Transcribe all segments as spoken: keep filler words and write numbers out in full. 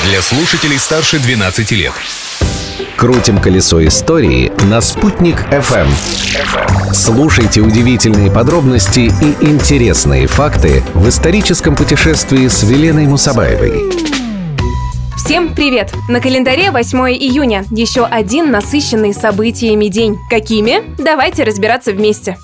Для слушателей старше двенадцати лет. Крутим колесо истории на Спутник эф эм. Слушайте удивительные подробности и интересные факты в историческом путешествии с Веленой Мусабаевой. Всем привет! На календаре восьмое июня. Еще один насыщенный событиями день. Какими? Давайте разбираться вместе.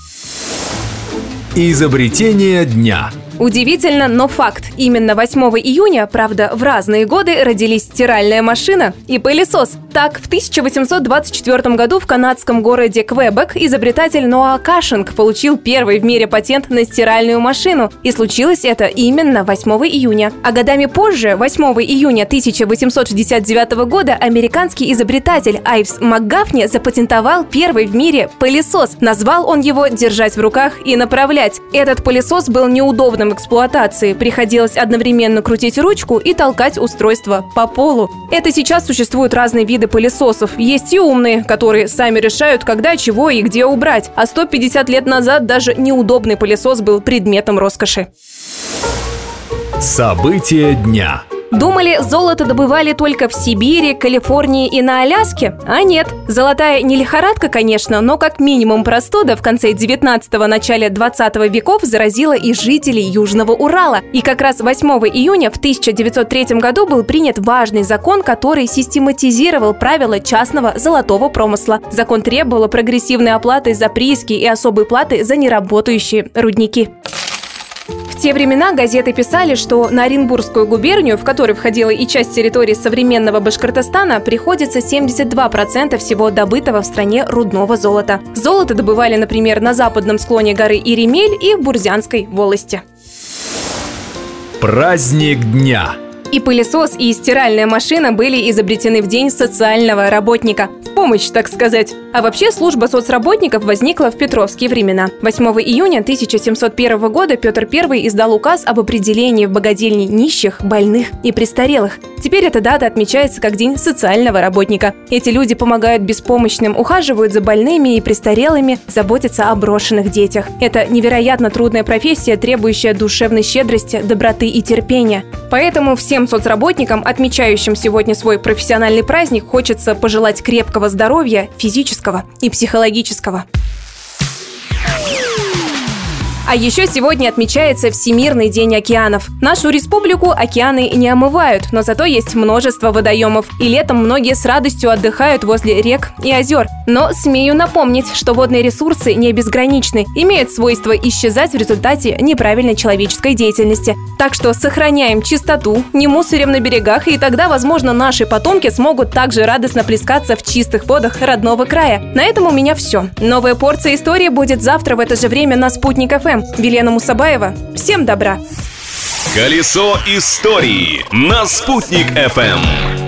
Изобретение дня. Удивительно, но факт. Именно восьмого июня, правда, в разные годы родились стиральная машина и пылесос. Так, в тысяча восемьсот двадцать четвёртом году в канадском городе Квебек изобретатель Ноа Кашинг получил первый в мире патент на стиральную машину. И случилось это именно восьмого июня. А годами позже, восьмого июня тысяча восемьсот шестьдесят девятого года, американский изобретатель Айвс МакГафни запатентовал первый в мире пылесос. Назвал он его «держать в руках и направлять». Этот пылесос был неудобным в эксплуатации. Приходилось одновременно крутить ручку и толкать устройство по полу. Это сейчас существуют разные виды пылесосов. Есть и умные, которые сами решают, когда, чего и где убрать. А сто пятьдесят лет назад даже неудобный пылесос был предметом роскоши. События дня. Думали, золото добывали только в Сибири, Калифорнии и на Аляске? А нет. Золотая не лихорадка, конечно, но как минимум простуда в конце девятнадцатого – начале двадцатого веков заразила и жителей Южного Урала. И как раз восьмого июня в тысяча девятьсот третьем году был принят важный закон, который систематизировал правила частного золотого промысла. Закон требовал прогрессивной оплаты за прииски и особой платы за неработающие рудники. В те времена газеты писали, что на Оренбургскую губернию, в которой входила и часть территории современного Башкортостана, приходится семьдесят два процента всего добытого в стране рудного золота. Золото добывали, например, на западном склоне горы Иремель и в Бурзянской волости. Праздник дня. И пылесос, и стиральная машина были изобретены в день социального работника. В помощь, так сказать. А вообще служба соцработников возникла в петровские времена. восьмого июня тысяча семьсот первого года Петр Первый издал указ об определении в богадельне нищих, больных и престарелых. Теперь эта дата отмечается как День социального работника. Эти люди помогают беспомощным, ухаживают за больными и престарелыми, заботятся о брошенных детях. Это невероятно трудная профессия, требующая душевной щедрости, доброты и терпения. Поэтому всем соцработникам, отмечающим сегодня свой профессиональный праздник, хочется пожелать крепкого здоровья, физического и психологического. А еще сегодня отмечается Всемирный день океанов. Нашу республику океаны не омывают, но зато есть множество водоемов. И летом многие с радостью отдыхают возле рек и озер. Но смею напомнить, что водные ресурсы не безграничны, имеют свойство исчезать в результате неправильной человеческой деятельности. Так что сохраняем чистоту, не мусорим на берегах, и тогда, возможно, наши потомки смогут также радостно плескаться в чистых водах родного края. На этом у меня все. Новая порция истории будет завтра в это же время на Спутник эф эм. Велена Мусабаева. Всем добра! Колесо истории на Спутник эф эм.